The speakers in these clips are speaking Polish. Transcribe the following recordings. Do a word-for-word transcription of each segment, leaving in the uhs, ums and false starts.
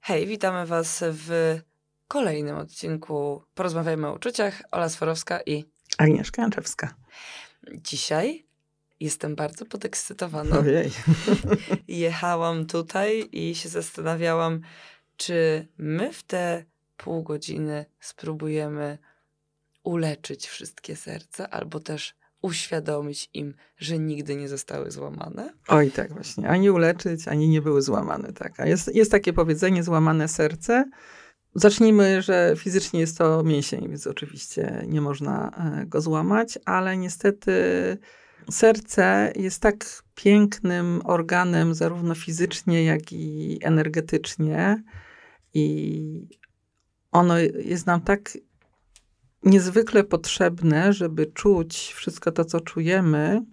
Hej, witamy Was w kolejnym odcinku Porozmawiajmy o uczuciach. Ola Sforowska i Agnieszka Janczewska. dzisiaj jestem bardzo podekscytowana. Ojej. Jechałam tutaj i się zastanawiałam, czy my w te pół godziny spróbujemy uleczyć wszystkie serca, albo też uświadomić im, że nigdy nie zostały złamane. Oj, tak właśnie. Ani uleczyć, ani nie były złamane. Tak. A jest, jest takie powiedzenie, złamane serce. Zacznijmy, że fizycznie jest to mięsień, więc oczywiście nie można go złamać, ale niestety serce jest tak pięknym organem, zarówno fizycznie, jak i energetycznie. I ono jest nam tak niezwykle potrzebne, żeby czuć wszystko to, co czujemy,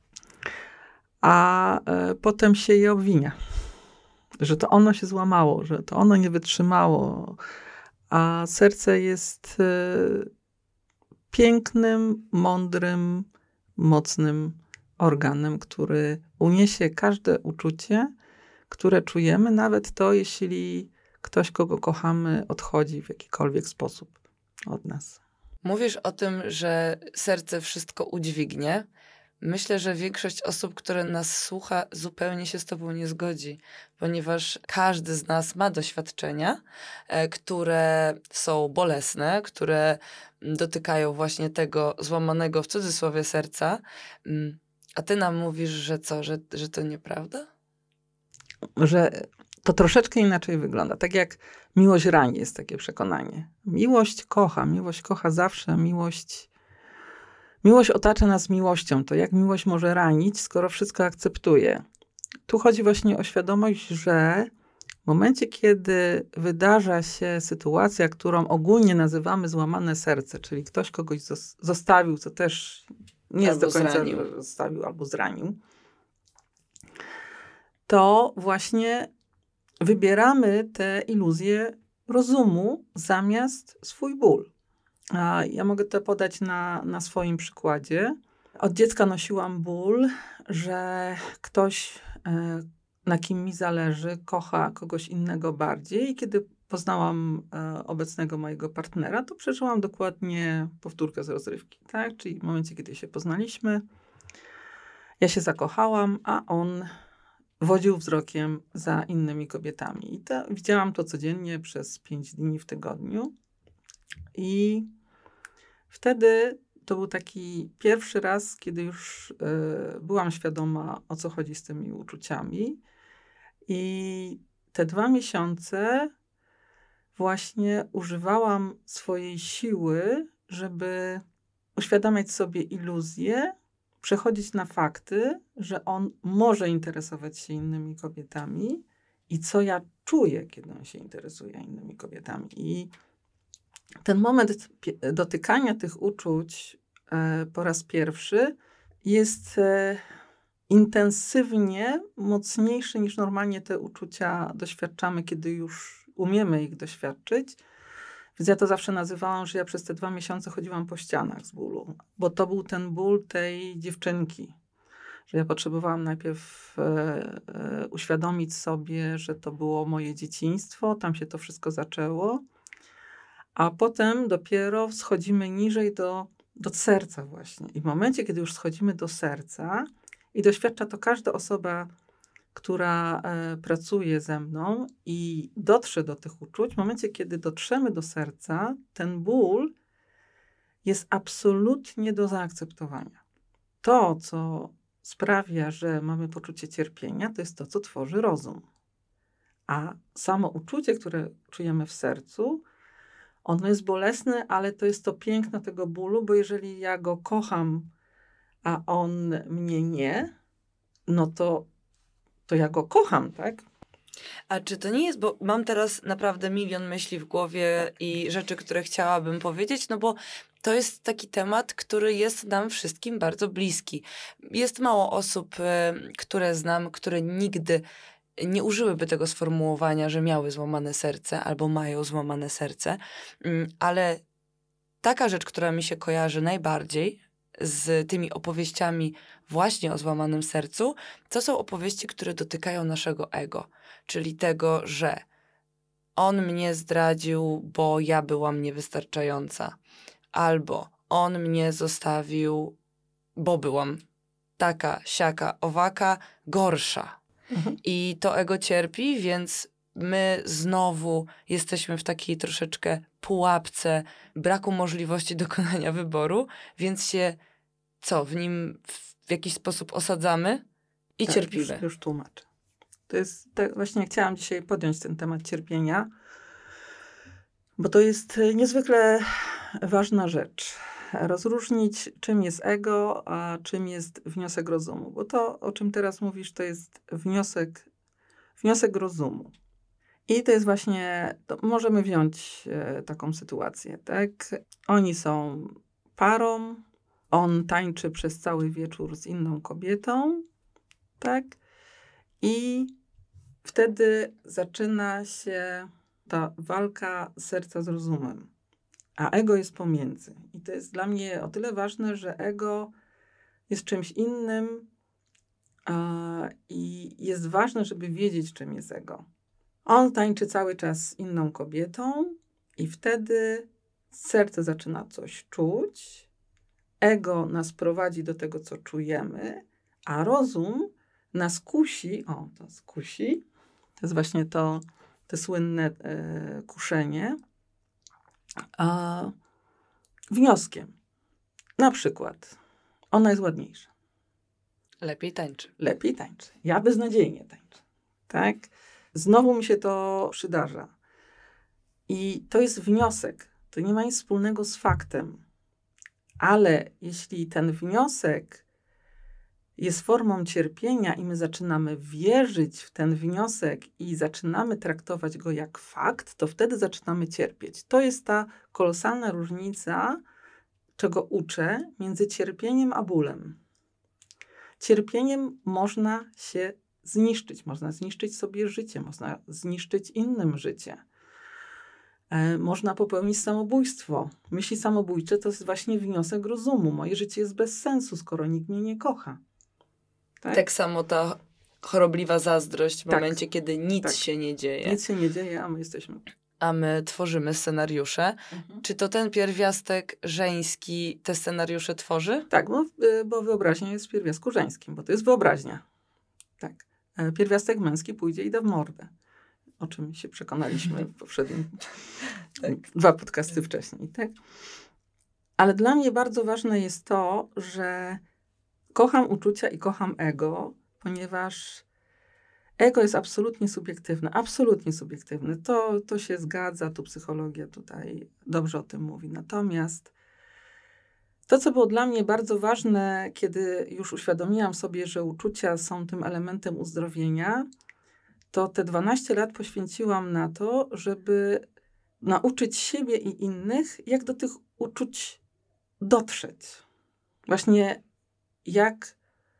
a e, potem się je obwinia. Że to ono się złamało, że to ono nie wytrzymało. A serce jest e, pięknym, mądrym, mocnym organem, który uniesie każde uczucie, które czujemy, nawet to, jeśli ktoś, kogo kochamy, odchodzi w jakikolwiek sposób od nas. Mówisz o tym, że serce wszystko udźwignie. Myślę, że większość osób, które nas słucha, zupełnie się z tobą nie zgodzi, ponieważ każdy z nas ma doświadczenia, e, które są bolesne, które dotykają właśnie tego złamanego w cudzysłowie serca. Mm, A ty nam mówisz, że co, że, że to nieprawda? Że to troszeczkę inaczej wygląda. Tak jak miłość rani, jest takie przekonanie. Miłość kocha, miłość kocha zawsze, miłość... Miłość otacza nas miłością. To jak miłość może ranić, skoro wszystko akceptuje? Tu chodzi właśnie o świadomość, że w momencie, kiedy wydarza się sytuacja, którą ogólnie nazywamy złamane serce, czyli ktoś kogoś zos- zostawił, co też nie jest Albo do końca, zranił. że zostawił albo zranił, to właśnie wybieramy te iluzje rozumu zamiast swój ból. A ja mogę to podać na, na swoim przykładzie. Od dziecka nosiłam ból, że ktoś, e, na kim mi zależy, kocha kogoś innego bardziej. I kiedy poznałam e, obecnego mojego partnera, to przeżyłam dokładnie powtórkę z rozrywki. Tak? Czyli w momencie, kiedy się poznaliśmy, ja się zakochałam, a on wodził wzrokiem za innymi kobietami. I to, widziałam to codziennie przez pięć dni w tygodniu. I wtedy to był taki pierwszy raz, kiedy już y, byłam świadoma, o co chodzi z tymi uczuciami. I te dwa miesiące właśnie używałam swojej siły, żeby uświadamiać sobie iluzje, przechodzić na fakty, że on może interesować się innymi kobietami i co ja czuję, kiedy on się interesuje innymi kobietami. I ten moment dotykania tych uczuć e, po raz pierwszy jest e, intensywnie mocniejszy niż normalnie te uczucia doświadczamy, kiedy już umiemy ich doświadczyć. Więc ja to zawsze nazywałam, że ja przez te dwa miesiące chodziłam po ścianach z bólu, bo to był ten ból tej dziewczynki. Że ja potrzebowałam najpierw e, e, uświadomić sobie, że to było moje dzieciństwo, tam się to wszystko zaczęło. A potem dopiero schodzimy niżej do, do serca właśnie. I w momencie, kiedy już schodzimy do serca i doświadcza to każda osoba, która e, pracuje ze mną i dotrze do tych uczuć, w momencie, kiedy dotrzemy do serca, ten ból jest absolutnie do zaakceptowania. To, co sprawia, że mamy poczucie cierpienia, to jest to, co tworzy rozum. A samo uczucie, które czujemy w sercu, ono jest bolesne, ale to jest to piękno tego bólu, bo jeżeli ja go kocham, a on mnie nie, no to, to ja go kocham, tak? A czy to nie jest, bo mam teraz naprawdę milion myśli w głowie i rzeczy, które chciałabym powiedzieć, no bo to jest taki temat, który jest nam wszystkim bardzo bliski. Jest mało osób, e, które znam, które nigdy nie użyłyby tego sformułowania, że miały złamane serce albo mają złamane serce, Mm, ale taka rzecz, która mi się kojarzy najbardziej z tymi opowieściami właśnie o złamanym sercu, to są opowieści, które dotykają naszego ego, czyli tego, że on mnie zdradził, bo ja byłam niewystarczająca. Albo on mnie zostawił, bo byłam taka, siaka, owaka, gorsza. Mhm. I to ego cierpi, więc my znowu jesteśmy w takiej troszeczkę pułapce braku możliwości dokonania wyboru, więc się co, w nim w jakiś sposób osadzamy i Tak, cierpimy. Już, już tłumaczę. To jest, tak, właśnie chciałam dzisiaj podjąć ten temat cierpienia, bo to jest niezwykle ważna rzecz. Rozróżnić, czym jest ego, a czym jest wniosek rozumu. Bo to, o czym teraz mówisz, to jest wniosek, wniosek rozumu. I to jest właśnie, to możemy wziąć e, taką sytuację, tak? Oni są parą, on tańczy przez cały wieczór z inną kobietą, tak? I wtedy zaczyna się ta walka serca z rozumem. A ego jest pomiędzy. I to jest dla mnie o tyle ważne, że ego jest czymś innym a, i jest ważne, żeby wiedzieć, czym jest ego. On tańczy cały czas z inną kobietą i wtedy serce zaczyna coś czuć, ego nas prowadzi do tego, co czujemy, a rozum nas kusi, o, to kusi, to jest właśnie to, to słynne e, kuszenie, a, wnioskiem. Na przykład, ona jest ładniejsza. Lepiej tańczy. Lepiej tańczy. Ja beznadziejnie tańczę. Tak? Znowu mi się to przydarza. I to jest wniosek. To nie ma nic wspólnego z faktem. Ale jeśli ten wniosek jest formą cierpienia i my zaczynamy wierzyć w ten wniosek i zaczynamy traktować go jak fakt, to wtedy zaczynamy cierpieć. To jest ta kolosalna różnica, czego uczę, między cierpieniem a bólem. Cierpieniem można się zniszczyć. Można zniszczyć sobie życie, można zniszczyć innym życie. E, można popełnić samobójstwo. Myśli samobójcze to jest właśnie wniosek rozumu. Moje życie jest bez sensu, skoro nikt mnie nie kocha. Tak, tak samo ta chorobliwa zazdrość w tak. momencie, kiedy nic tak. się nie dzieje. Nic się nie dzieje, a my jesteśmy. A my tworzymy scenariusze. Mhm. Czy to ten pierwiastek żeński te scenariusze tworzy? Tak, bo, bo wyobraźnia jest w pierwiastku żeńskim, bo to jest wyobraźnia. Tak. Pierwiastek męski pójdzie i da w mordę. O czym się przekonaliśmy w poprzednim tak. dwa podcasty wcześniej. Tak? Ale dla mnie bardzo ważne jest to, że kocham uczucia i kocham ego, ponieważ ego jest absolutnie subiektywne. Absolutnie subiektywne. To, to się zgadza, tu psychologia tutaj dobrze o tym mówi. Natomiast to, co było dla mnie bardzo ważne, kiedy już uświadomiłam sobie, że uczucia są tym elementem uzdrowienia, to te dwanaście lat poświęciłam na to, żeby nauczyć siebie i innych, jak do tych uczuć dotrzeć. Właśnie jak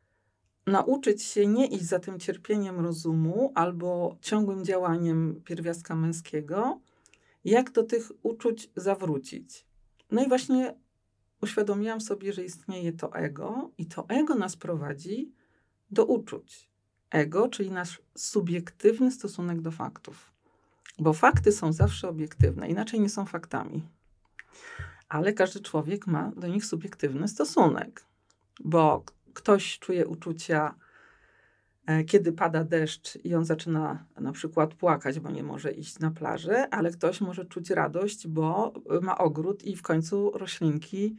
nauczyć się nie iść za tym cierpieniem rozumu albo ciągłym działaniem pierwiastka męskiego, jak do tych uczuć zawrócić. No i właśnie uświadomiłam sobie, że istnieje to ego i to ego nas prowadzi do uczuć. Ego, czyli nasz subiektywny stosunek do faktów. Bo fakty są zawsze obiektywne, inaczej nie są faktami. Ale każdy człowiek ma do nich subiektywny stosunek. Bo ktoś czuje uczucia, kiedy pada deszcz i on zaczyna na przykład płakać, bo nie może iść na plażę, ale ktoś może czuć radość, bo ma ogród i w końcu roślinki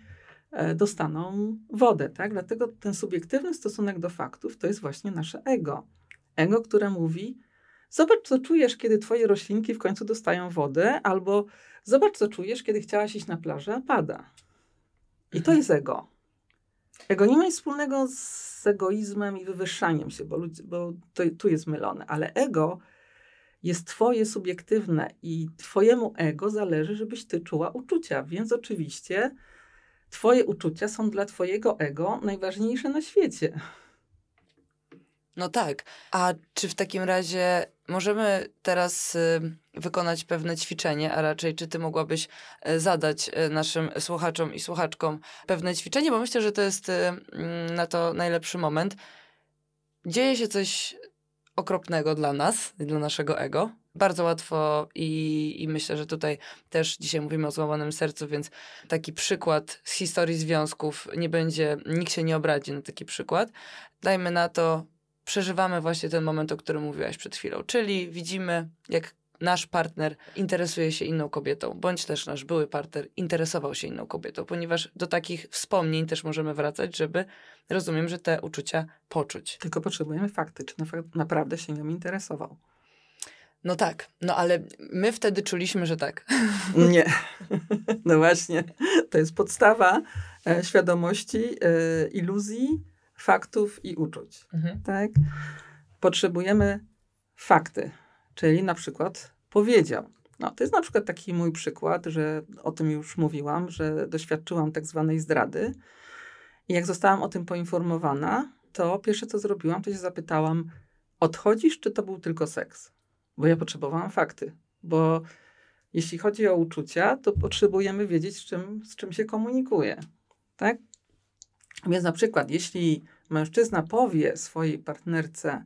dostaną wodę. Tak? Dlatego ten subiektywny stosunek do faktów to jest właśnie nasze ego. Ego, które mówi, zobacz, co czujesz, kiedy twoje roślinki w końcu dostają wodę, albo zobacz, co czujesz, kiedy chciałaś iść na plażę, a pada. I to jest ego. Ego nie ma nic wspólnego z egoizmem i wywyższaniem się, bo, ludzi, bo to, tu jest mylone, ale ego jest twoje subiektywne i twojemu ego zależy, żebyś ty czuła uczucia, więc oczywiście twoje uczucia są dla twojego ego najważniejsze na świecie. No tak. A czy w takim razie możemy teraz y, wykonać pewne ćwiczenie, a raczej czy ty mogłabyś y, zadać y, naszym słuchaczom i słuchaczkom pewne ćwiczenie, bo myślę, że to jest y, na to najlepszy moment. Dzieje się coś okropnego dla nas, dla naszego ego. Bardzo łatwo i, i myślę, że tutaj też dzisiaj mówimy o złamanym sercu, więc taki przykład z historii związków nie będzie, nikt się nie obradzi na taki przykład. Dajmy na to, przeżywamy właśnie ten moment, o którym mówiłaś przed chwilą, czyli widzimy, jak nasz partner interesuje się inną kobietą, bądź też nasz były partner interesował się inną kobietą, ponieważ do takich wspomnień też możemy wracać, żeby, rozumiem, że te uczucia poczuć. Tylko potrzebujemy fakty, czy na, naprawdę się nią interesował. No tak, no ale my wtedy czuliśmy, że tak. Nie. No właśnie. To jest podstawa e, świadomości, e, iluzji, faktów i uczuć. Mhm. Tak? Potrzebujemy fakty, czyli na przykład powiedział. No, to jest na przykład taki mój przykład, że o tym już mówiłam, że doświadczyłam tak zwanej zdrady. I jak zostałam o tym poinformowana, to pierwsze co zrobiłam, to się zapytałam, odchodzisz, czy to był tylko seks? Bo ja potrzebowałam fakty. Bo jeśli chodzi o uczucia, to potrzebujemy wiedzieć, z czym, z czym się komunikuje. Tak? Więc na przykład, jeśli mężczyzna powie swojej partnerce,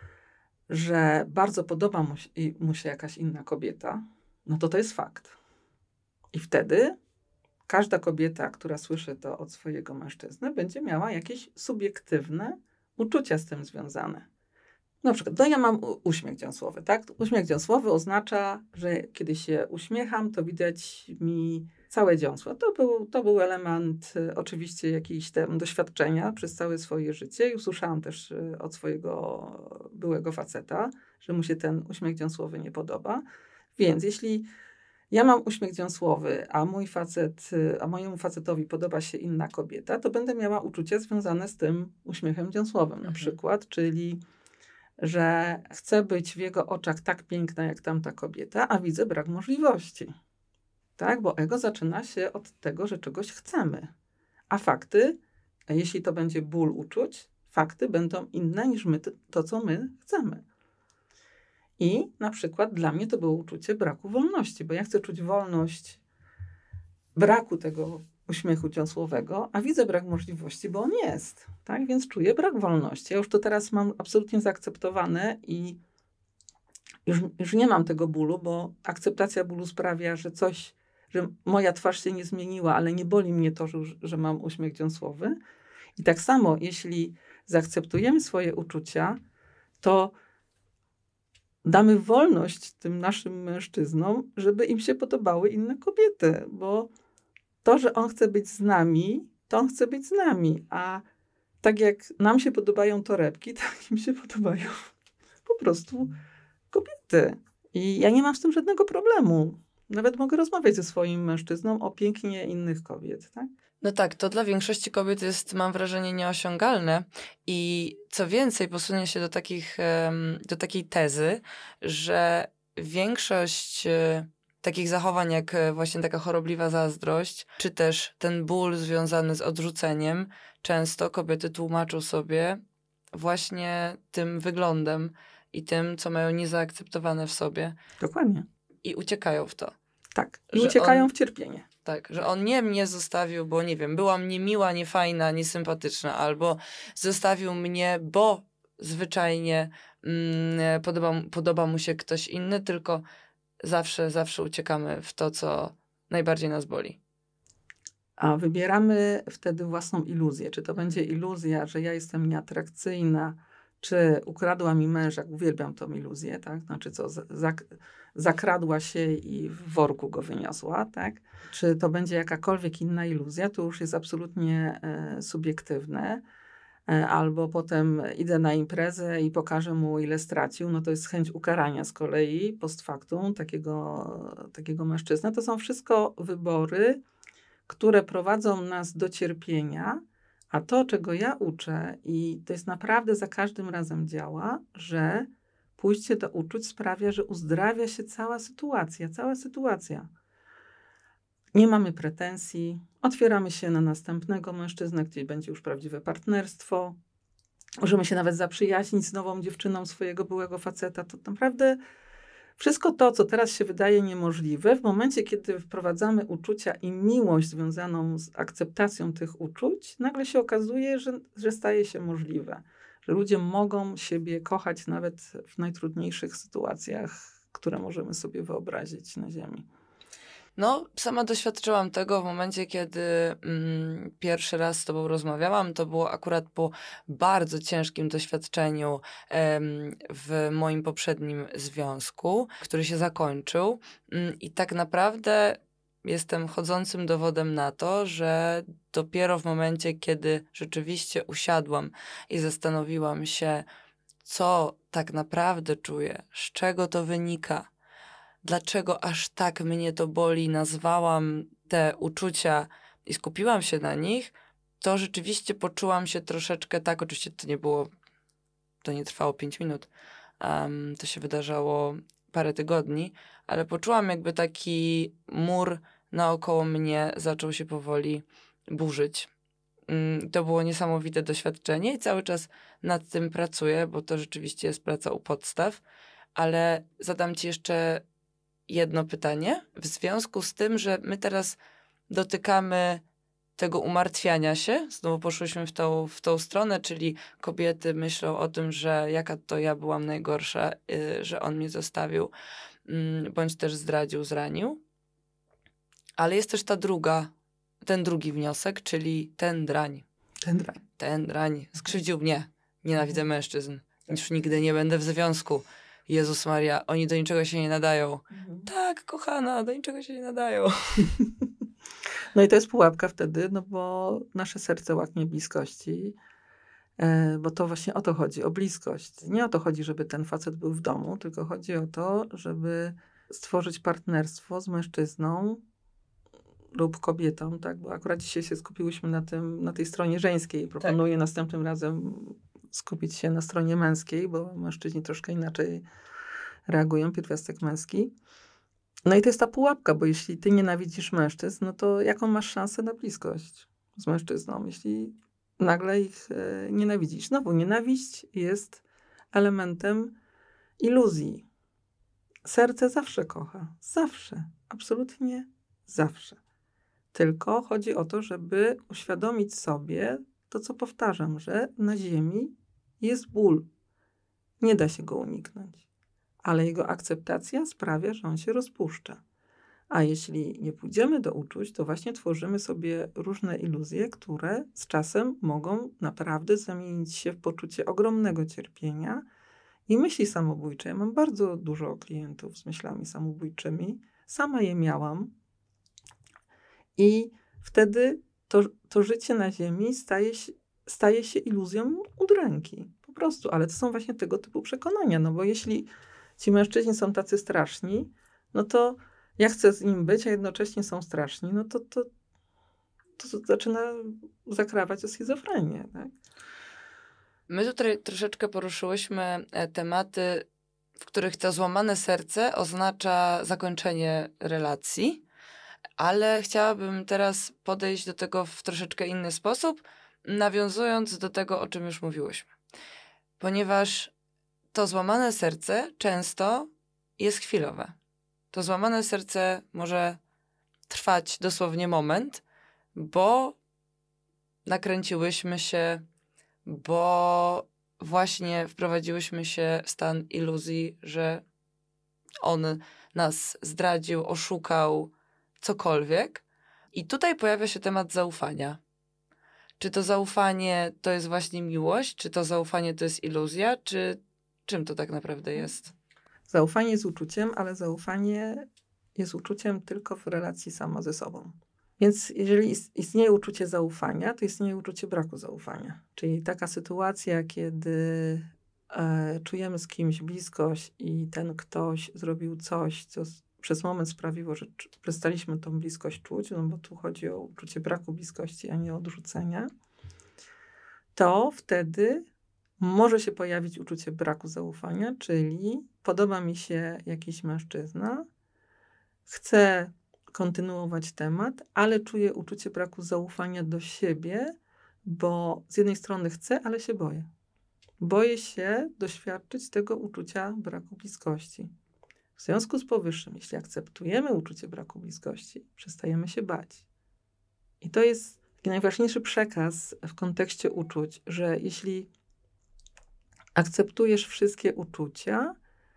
że bardzo podoba mu się, mu się jakaś inna kobieta, no to to jest fakt. I wtedy każda kobieta, która słyszy to od swojego mężczyzny, będzie miała jakieś subiektywne uczucia z tym związane. Na przykład, no ja mam uśmiech dziąsłowy, tak? Uśmiech dziąsłowy oznacza, że kiedy się uśmiecham, to widać mi całe dziąsło. To był, to był element y, oczywiście jakiejś tam doświadczenia przez całe swoje życie i usłyszałam też y, od swojego byłego faceta, że mu się ten uśmiech dziąsłowy nie podoba. Więc jeśli ja mam uśmiech dziąsłowy, a mój facet, y, a mojemu facetowi podoba się inna kobieta, to będę miała uczucia związane z tym uśmiechem dziąsłowym na Mhm. przykład, czyli że chcę być w jego oczach tak piękna jak tamta kobieta, a widzę brak możliwości. Tak? Bo ego zaczyna się od tego, że czegoś chcemy. A fakty, a jeśli to będzie ból uczuć, fakty będą inne niż my, to, co my chcemy. I na przykład dla mnie to było uczucie braku wolności, bo ja chcę czuć wolność braku tego uśmiechu dziąsłowego, a widzę brak możliwości, bo on jest. Tak? Więc czuję brak wolności. Ja już to teraz mam absolutnie zaakceptowane i już, już nie mam tego bólu, bo akceptacja bólu sprawia, że coś, że moja twarz się nie zmieniła, ale nie boli mnie to, że, że mam uśmiech dziąsłowy. I tak samo, jeśli zaakceptujemy swoje uczucia, to damy wolność tym naszym mężczyznom, żeby im się podobały inne kobiety, bo to, że on chce być z nami, to on chce być z nami, a tak jak nam się podobają torebki, tak im się podobają po prostu kobiety. I ja nie mam z tym żadnego problemu. Nawet mogę rozmawiać ze swoim mężczyzną o pięknie innych kobiet, tak? No tak, to dla większości kobiet jest, mam wrażenie, nieosiągalne i co więcej, posunie się do, takich, do takiej tezy, że większość takich zachowań jak właśnie taka chorobliwa zazdrość, czy też ten ból związany z odrzuceniem, często kobiety tłumaczą sobie właśnie tym wyglądem i tym, co mają niezaakceptowane w sobie. Dokładnie. I uciekają w to. Tak, i Że uciekają on- w cierpienie. Tak, że on nie mnie zostawił, bo nie wiem, byłam niemiła, niefajna, niesympatyczna, albo zostawił mnie, bo zwyczajnie mm, podoba, podoba mu się ktoś inny, tylko zawsze, zawsze uciekamy w to, co najbardziej nas boli. A wybieramy wtedy własną iluzję. Czy to będzie iluzja, że ja jestem nieatrakcyjna, czy ukradła mi męża, uwielbiam tą iluzję, tak? Znaczy co, zak- zakradła się i w worku go wyniosła, tak? Czy to będzie jakakolwiek inna iluzja, to już jest absolutnie e, subiektywne. E, albo potem idę na imprezę i pokażę mu, ile stracił, no to jest chęć ukarania z kolei post factum takiego, takiego mężczyznę. To są wszystko wybory, które prowadzą nas do cierpienia, a to, czego ja uczę, i to jest naprawdę za każdym razem działa, że pójście do uczuć sprawia, że uzdrawia się cała sytuacja, cała sytuacja. Nie mamy pretensji, otwieramy się na następnego mężczyznę, gdzie będzie już prawdziwe partnerstwo. Możemy się nawet zaprzyjaźnić z nową dziewczyną swojego byłego faceta. To naprawdę wszystko to, co teraz się wydaje niemożliwe, w momencie, kiedy wprowadzamy uczucia i miłość związaną z akceptacją tych uczuć, nagle się okazuje, że, że staje się możliwe. że ludzie mogą siebie kochać nawet w najtrudniejszych sytuacjach, które możemy sobie wyobrazić na ziemi. No, sama doświadczyłam tego w momencie, kiedy mm, pierwszy raz z tobą rozmawiałam. To było akurat po bardzo ciężkim doświadczeniu em, w moim poprzednim związku, który się zakończył. Mm, I tak naprawdę jestem chodzącym dowodem na to, że dopiero w momencie, kiedy rzeczywiście usiadłam i zastanowiłam się, co tak naprawdę czuję, z czego to wynika, dlaczego aż tak mnie to boli, nazwałam te uczucia i skupiłam się na nich, to rzeczywiście poczułam się troszeczkę tak, oczywiście to nie było, to nie trwało pięć minut, um, to się wydarzało parę tygodni, ale poczułam jakby taki mur naokoło mnie zaczął się powoli burzyć. Mm, To było niesamowite doświadczenie i cały czas nad tym pracuję, bo to rzeczywiście jest praca u podstaw, ale zadam ci jeszcze jedno pytanie. W związku z tym, że my teraz dotykamy tego umartwiania się, znowu poszłyśmy w tą, w tą stronę, czyli kobiety myślą o tym, że jaka to ja byłam najgorsza, y, że on mnie zostawił, mm, bądź też zdradził, zranił. Ale jest też ta druga, ten drugi wniosek, czyli ten drań. Ten drań. Ten drań skrzywdził mnie. Nienawidzę mężczyzn. Już nigdy nie będę w związku. Jezus Maria, oni do niczego się nie nadają. Mhm. Tak, kochana, do niczego się nie nadają. No i to jest pułapka wtedy, no bo nasze serce łaknie bliskości, e, bo to właśnie o to chodzi, o bliskość. Nie o to chodzi, żeby ten facet był w domu, tylko chodzi o to, żeby stworzyć partnerstwo z mężczyzną lub kobietą, tak? Bo akurat dzisiaj się skupiłyśmy na tym, na tej stronie żeńskiej. Proponuję tak. następnym razem skupić się na stronie męskiej, bo mężczyźni troszkę inaczej reagują, pierwiastek męski. No i to jest ta pułapka, bo jeśli ty nienawidzisz mężczyzn, no to jaką masz szansę na bliskość z mężczyzną, jeśli nagle ich e, nienawidzisz? Znowu, nienawiść jest elementem iluzji. Serce zawsze kocha. Zawsze. Absolutnie zawsze. Tylko chodzi o to, żeby uświadomić sobie to, co powtarzam, że na ziemi jest ból. Nie da się go uniknąć. Ale jego akceptacja sprawia, że on się rozpuszcza. A jeśli nie pójdziemy do uczuć, to właśnie tworzymy sobie różne iluzje, które z czasem mogą naprawdę zamienić się w poczucie ogromnego cierpienia i myśli samobójcze. Ja mam bardzo dużo klientów z myślami samobójczymi. Sama je miałam. I wtedy to, to życie na ziemi staje się, staje się iluzją udręki. Po prostu. Ale to są właśnie tego typu przekonania. No bo jeśli ci mężczyźni są tacy straszni, no to ja chcę z nim być, a jednocześnie są straszni, no to to, to, to zaczyna zakrawać o schizofrenię. Tak? My tutaj troszeczkę poruszyłyśmy tematy, w których to złamane serce oznacza zakończenie relacji, ale chciałabym teraz podejść do tego w troszeczkę inny sposób, nawiązując do tego, o czym już mówiłyśmy. Ponieważ to złamane serce często jest chwilowe. To złamane serce może trwać dosłownie moment, bo nakręciłyśmy się, bo właśnie wprowadziłyśmy się w stan iluzji, że on nas zdradził, oszukał, cokolwiek. I tutaj pojawia się temat zaufania. Czy to zaufanie to jest właśnie miłość? Czy to zaufanie to jest iluzja? Czy czym to tak naprawdę jest? Zaufanie jest uczuciem, ale zaufanie jest uczuciem tylko w relacji sama ze sobą. Więc jeżeli istnieje uczucie zaufania, to istnieje uczucie braku zaufania. Czyli taka sytuacja, kiedy e, czujemy z kimś bliskość i ten ktoś zrobił coś, co przez moment sprawiło, że przestaliśmy tą bliskość czuć, no bo tu chodzi o uczucie braku bliskości, a nie odrzucenia, to wtedy może się pojawić uczucie braku zaufania, czyli podoba mi się jakiś mężczyzna, chcę kontynuować temat, ale czuję uczucie braku zaufania do siebie, bo z jednej strony chcę, ale się boję. Boję się doświadczyć tego uczucia braku bliskości. W związku z powyższym, jeśli akceptujemy uczucie braku bliskości, przestajemy się bać. I to jest taki najważniejszy przekaz w kontekście uczuć, że jeśli akceptujesz wszystkie uczucia,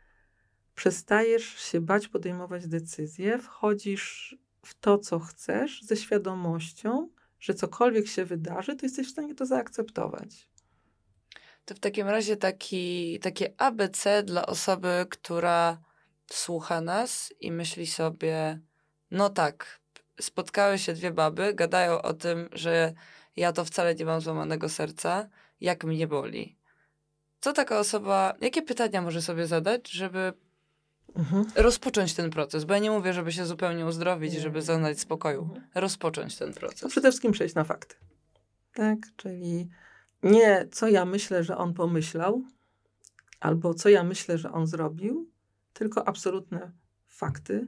przestajesz się bać podejmować decyzje, wchodzisz w to, co chcesz, ze świadomością, że cokolwiek się wydarzy, to jesteś w stanie to zaakceptować. To w takim razie taki, takie A B C dla osoby, która słucha nas i myśli sobie, no tak, spotkały się dwie baby, gadają o tym, że ja to wcale nie mam złamanego serca, jak mnie boli. Co taka osoba, jakie pytania może sobie zadać, żeby Mhm. rozpocząć ten proces? Bo ja nie mówię, żeby się zupełnie uzdrowić, Nie. żeby zaznać spokoju. Mhm. Rozpocząć ten To proces. przede wszystkim przejść na fakty. Tak, czyli nie co ja myślę, że on pomyślał, albo co ja myślę, że on zrobił, tylko absolutne fakty,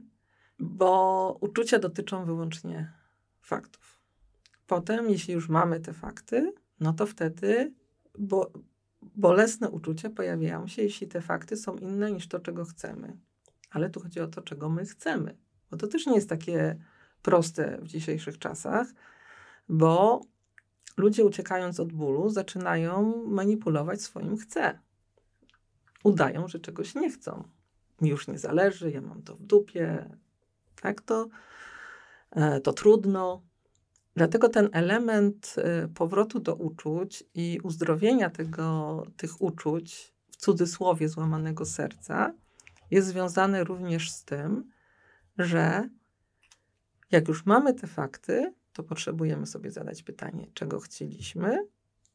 bo uczucia dotyczą wyłącznie faktów. Potem, jeśli już mamy te fakty, no to wtedy bo, bolesne uczucia pojawiają się, jeśli te fakty są inne niż to, czego chcemy. Ale tu chodzi o to, czego my chcemy. Bo to też nie jest takie proste w dzisiejszych czasach, bo ludzie uciekając od bólu zaczynają manipulować swoim chcę. Udają, że czegoś nie chcą. Mi już nie zależy, ja mam to w dupie, tak to, e, to trudno. Dlatego ten element e, powrotu do uczuć i uzdrowienia tego, tych uczuć, w cudzysłowie złamanego serca, jest związany również z tym, że jak już mamy te fakty, to potrzebujemy sobie zadać pytanie, czego chcieliśmy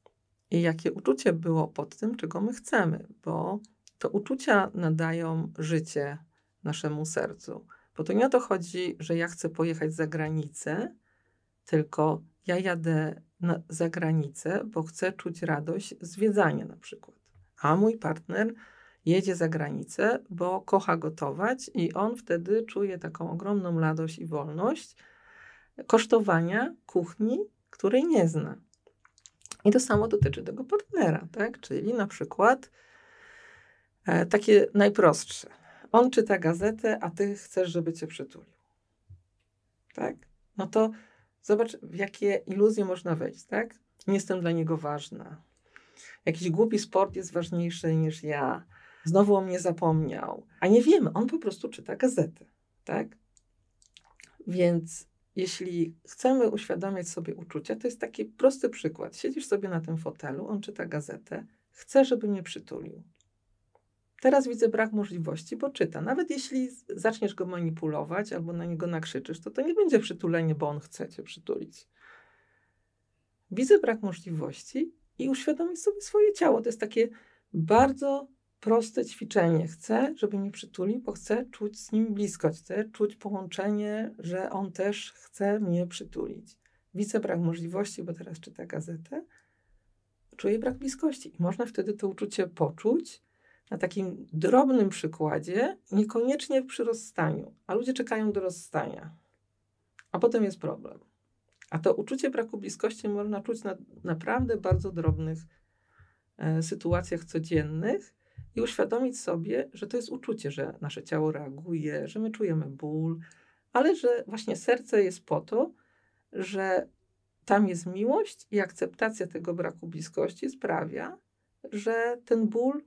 i jakie uczucie było pod tym, czego my chcemy, bo to uczucia nadają życie naszemu sercu. Bo to nie o to chodzi, że ja chcę pojechać za granicę, tylko ja jadę na, za granicę, bo chcę czuć radość zwiedzania na przykład. A mój partner jedzie za granicę, bo kocha gotować i on wtedy czuje taką ogromną radość i wolność kosztowania kuchni, której nie zna. I to samo dotyczy tego partnera, tak? Czyli na przykład e, takie najprostsze. On czyta gazetę, a ty chcesz, żeby cię przytulił. Tak? No to zobacz, w jakie iluzje można wejść, tak? Nie jestem dla niego ważna. Jakiś głupi sport jest ważniejszy niż ja. Znowu o mnie zapomniał. A nie wiemy, on po prostu czyta gazetę, tak? Więc jeśli chcemy uświadamiać sobie uczucia, to jest taki prosty przykład. Siedzisz sobie na tym fotelu, on czyta gazetę, chce, żeby mnie przytulił. Teraz widzę brak możliwości, bo czyta. Nawet jeśli zaczniesz go manipulować albo na niego nakrzyczysz, to to nie będzie przytulenie, bo on chce cię przytulić. Widzę brak możliwości i uświadomić sobie swoje ciało. To jest takie bardzo proste ćwiczenie. Chcę, żeby mnie przytulił, bo chcę czuć z nim bliskość. Chcę czuć połączenie, że on też chce mnie przytulić. Widzę brak możliwości, bo teraz czyta gazetę. Czuję brak bliskości. I można wtedy to uczucie poczuć na takim drobnym przykładzie, niekoniecznie przy rozstaniu. A ludzie czekają do rozstania. A potem jest problem. A to uczucie braku bliskości można czuć na naprawdę bardzo drobnych e, sytuacjach codziennych i uświadomić sobie, że to jest uczucie, że nasze ciało reaguje, że my czujemy ból, ale że właśnie serce jest po to, że tam jest miłość i akceptacja tego braku bliskości sprawia, że ten ból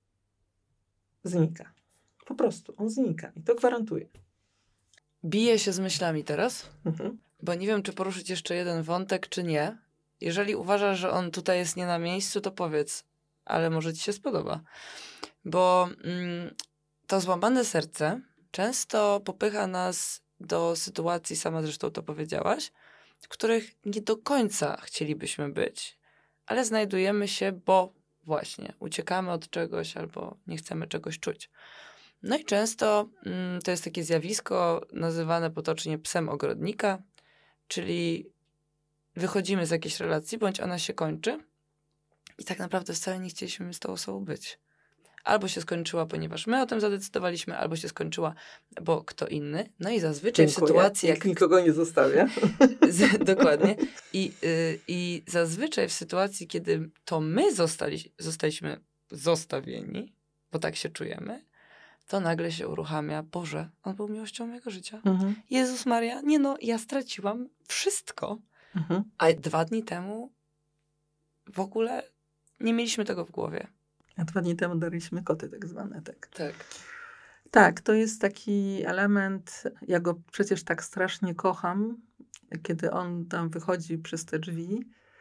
znika. Po prostu on znika i to gwarantuję. Biję się z myślami teraz, Mhm. bo nie wiem, czy poruszyć jeszcze jeden wątek, czy nie. Jeżeli uważasz, że on tutaj jest nie na miejscu, to powiedz, ale może ci się spodoba. Bo mm, to złamane serce często popycha nas do sytuacji, sama zresztą to powiedziałaś, w których nie do końca chcielibyśmy być, ale znajdujemy się, bo właśnie uciekamy od czegoś albo nie chcemy czegoś czuć. No i często mm, to jest takie zjawisko nazywane potocznie psem ogrodnika, czyli wychodzimy z jakiejś relacji, bądź ona się kończy i tak naprawdę wcale nie chcieliśmy z tą osobą być. Albo się skończyła, ponieważ my o tym zadecydowaliśmy, albo się skończyła, bo kto inny. No i zazwyczaj Dziękuję. w sytuacji, jak... Nikt nikogo nie zostawia. Z, dokładnie. I, y, I zazwyczaj w sytuacji, kiedy to my zostali, zostaliśmy zostawieni, bo tak się czujemy, to nagle się uruchamia, Boże, on był miłością mojego życia. Mhm. Jezus Maria, nie no, ja straciłam wszystko. Mhm. A dwa dni temu w ogóle nie mieliśmy tego w głowie. A dwa dni temu dariliśmy koty tak zwane, tak. Tak. Tak, to jest taki element, ja go przecież tak strasznie kocham, kiedy on tam wychodzi przez te drzwi.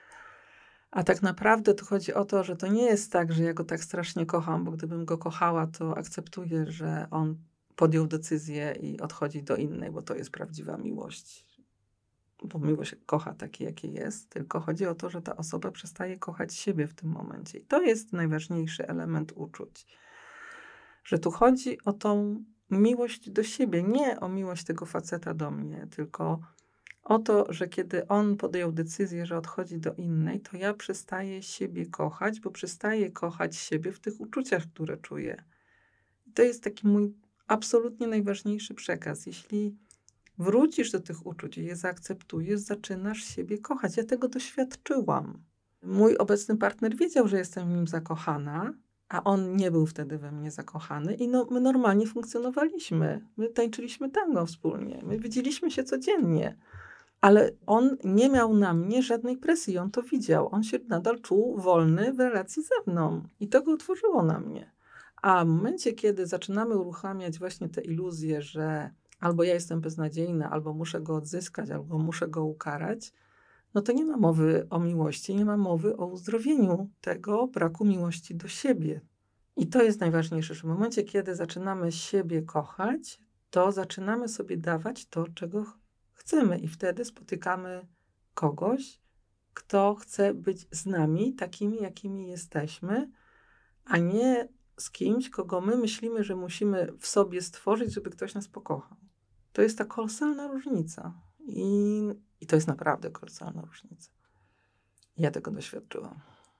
A tak naprawdę to chodzi o to, że to nie jest tak, że ja go tak strasznie kocham, bo gdybym go kochała, to akceptuję, że on podjął decyzję i odchodzi do innej, bo to jest prawdziwa miłość. Bo miłość kocha takie, jakie jest, tylko chodzi o to, że ta osoba przestaje kochać siebie w tym momencie. I to jest najważniejszy element uczuć. Że tu chodzi o tą miłość do siebie, nie o miłość tego faceta do mnie, tylko o to, że kiedy on podjął decyzję, że odchodzi do innej, to ja przestaję siebie kochać, bo przestaję kochać siebie w tych uczuciach, które czuję. I to jest taki mój absolutnie najważniejszy przekaz. Jeśli wrócisz do tych uczuć i je zaakceptujesz, zaczynasz siebie kochać. Ja tego doświadczyłam. Mój obecny partner wiedział, że jestem w nim zakochana, a on nie był wtedy we mnie zakochany i no, my normalnie funkcjonowaliśmy. My tańczyliśmy tango wspólnie. My widzieliśmy się codziennie. Ale on nie miał na mnie żadnej presji. On to widział. On się nadal czuł wolny w relacji ze mną. I to go otworzyło na mnie. A w momencie, kiedy zaczynamy uruchamiać właśnie te iluzje, że albo ja jestem beznadziejna, albo muszę go odzyskać, albo muszę go ukarać, no to nie ma mowy o miłości, nie ma mowy o uzdrowieniu tego braku miłości do siebie. I to jest najważniejsze, że w momencie, kiedy zaczynamy siebie kochać, to zaczynamy sobie dawać to, czego chcemy. I wtedy spotykamy kogoś, kto chce być z nami, takimi, jakimi jesteśmy, a nie z kimś, kogo my myślimy, że musimy w sobie stworzyć, żeby ktoś nas pokochał. To jest ta kolosalna różnica. I, i to jest naprawdę kolosalna różnica. Ja tego doświadczyłam.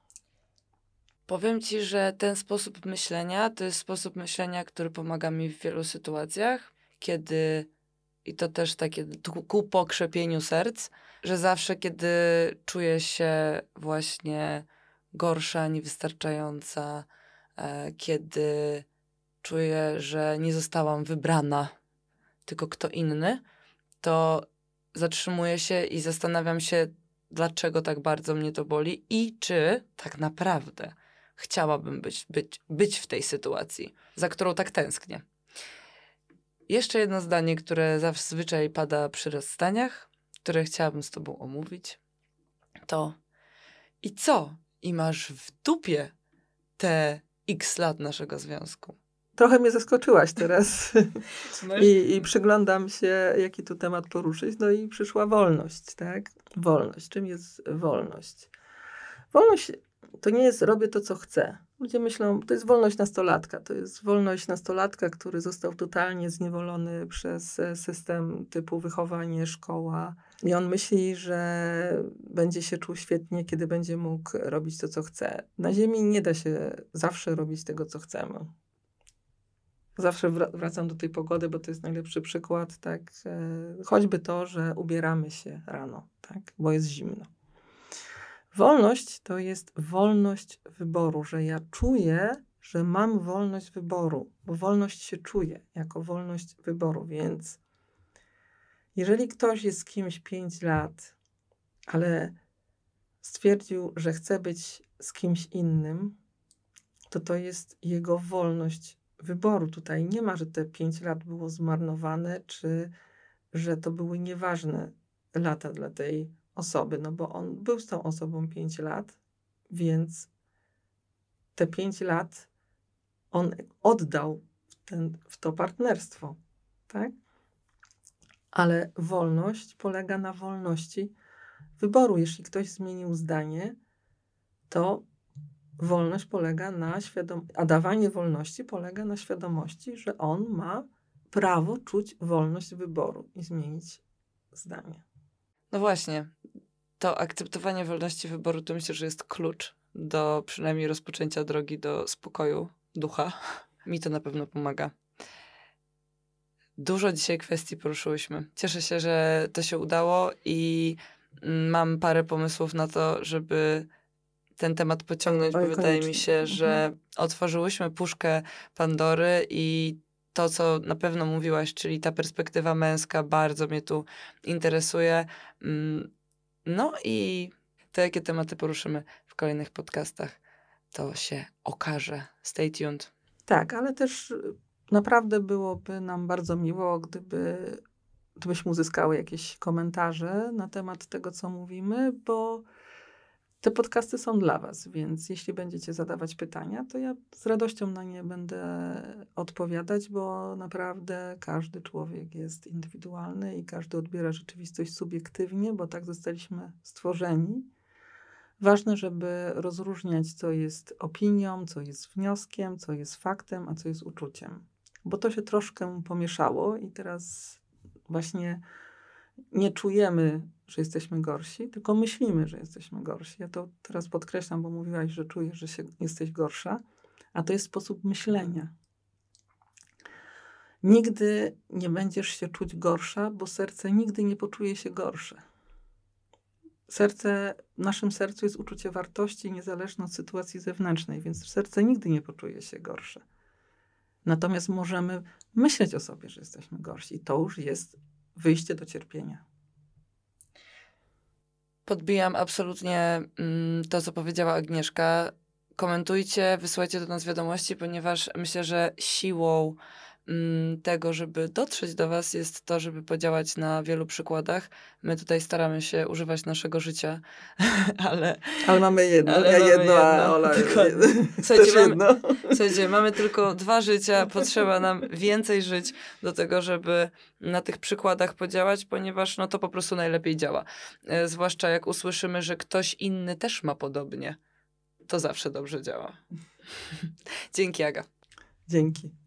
Powiem ci, że ten sposób myślenia to jest sposób myślenia, który pomaga mi w wielu sytuacjach, kiedy, i to też takie ku pokrzepieniu serc, że zawsze, kiedy czuję się właśnie gorsza, niewystarczająca, e, kiedy czuję, że nie zostałam wybrana, tylko kto inny, to zatrzymuję się i zastanawiam się, dlaczego tak bardzo mnie to boli i czy tak naprawdę chciałabym być, być, być w tej sytuacji, za którą tak tęsknię. Jeszcze jedno zdanie, które zazwyczaj pada przy rozstaniach, które chciałabym z tobą omówić, to i co? I masz w dupie te x lat naszego związku. Trochę mnie zaskoczyłaś teraz No I, i przyglądam się, jaki tu temat poruszyć. No i przyszła wolność, tak? Wolność. Czym jest wolność? Wolność to nie jest robię to, co chcę. Ludzie myślą, to jest wolność nastolatka. To jest wolność nastolatka, który został totalnie zniewolony przez system typu wychowanie, szkoła. I on myśli, że będzie się czuł świetnie, kiedy będzie mógł robić to, co chce. Na ziemi nie da się zawsze robić tego, co chcemy. Zawsze wracam do tej pogody, bo to jest najlepszy przykład, tak, choćby to, że ubieramy się rano, tak, bo jest zimno. Wolność to jest wolność wyboru, że ja czuję, że mam wolność wyboru, bo wolność się czuje jako wolność wyboru, więc jeżeli ktoś jest z kimś pięć lat, ale stwierdził, że chce być z kimś innym, to to jest jego wolność wyboru. Tutaj nie ma, że te pięć lat było zmarnowane, czy że to były nieważne lata dla tej osoby, no bo on był z tą osobą pięć lat, więc te pięć lat on oddał w, ten, w to partnerstwo, tak? Ale wolność polega na wolności wyboru. Jeśli ktoś zmienił zdanie, to wolność polega na świadomości, a dawanie wolności polega na świadomości, że on ma prawo czuć wolność wyboru i zmienić zdanie. No właśnie, to akceptowanie wolności wyboru to myślę, że jest klucz do przynajmniej rozpoczęcia drogi do spokoju ducha. Mi to na pewno pomaga. Dużo dzisiaj kwestii poruszyłyśmy. Cieszę się, że to się udało i mam parę pomysłów na to, żeby ten temat pociągnąć, Oj, bo wydaje mi koniecznie. się, że otworzyłyśmy puszkę Pandory i to, co na pewno mówiłaś, czyli ta perspektywa męska bardzo mnie tu interesuje. No i to, jakie tematy poruszymy w kolejnych podcastach, to się okaże. Stay tuned. Tak, ale też naprawdę byłoby nam bardzo miło, gdyby, gdybyśmy uzyskały jakieś komentarze na temat tego, co mówimy, bo te podcasty są dla was, więc jeśli będziecie zadawać pytania, to ja z radością na nie będę odpowiadać, bo naprawdę każdy człowiek jest indywidualny i każdy odbiera rzeczywistość subiektywnie, bo tak zostaliśmy stworzeni. Ważne, żeby rozróżniać, co jest opinią, co jest wnioskiem, co jest faktem, a co jest uczuciem. Bo to się troszkę pomieszało i teraz właśnie nie czujemy, że jesteśmy gorsi, tylko myślimy, że jesteśmy gorsi. Ja to teraz podkreślam, bo mówiłaś, że czujesz, że się, jesteś gorsza, a to jest sposób myślenia. Nigdy nie będziesz się czuć gorsza, bo serce nigdy nie poczuje się gorsze. Serce, w naszym sercu jest uczucie wartości niezależne od sytuacji zewnętrznej, więc serce nigdy nie poczuje się gorsze. Natomiast możemy myśleć o sobie, że jesteśmy gorsi. I to już jest wyjście do cierpienia. Podbijam absolutnie mm, to, co powiedziała Agnieszka. Komentujcie, wysyłajcie do nas wiadomości, ponieważ myślę, że siłą mm, tego, żeby dotrzeć do was, jest to, żeby podziałać na wielu przykładach. My tutaj staramy się używać naszego życia, ale... Ale mamy jedno, ale ja mamy jedno, jedno, a Ola dokładnie. jedno. Słuchajcie, Też mamy, jedno. słuchajcie, mamy tylko dwa życia, potrzeba nam więcej żyć do tego, żeby na tych przykładach podziałać, ponieważ no to po prostu najlepiej działa. E, zwłaszcza jak usłyszymy, że ktoś inny też ma podobnie. To zawsze dobrze działa. Dzięki, Aga. Dzięki.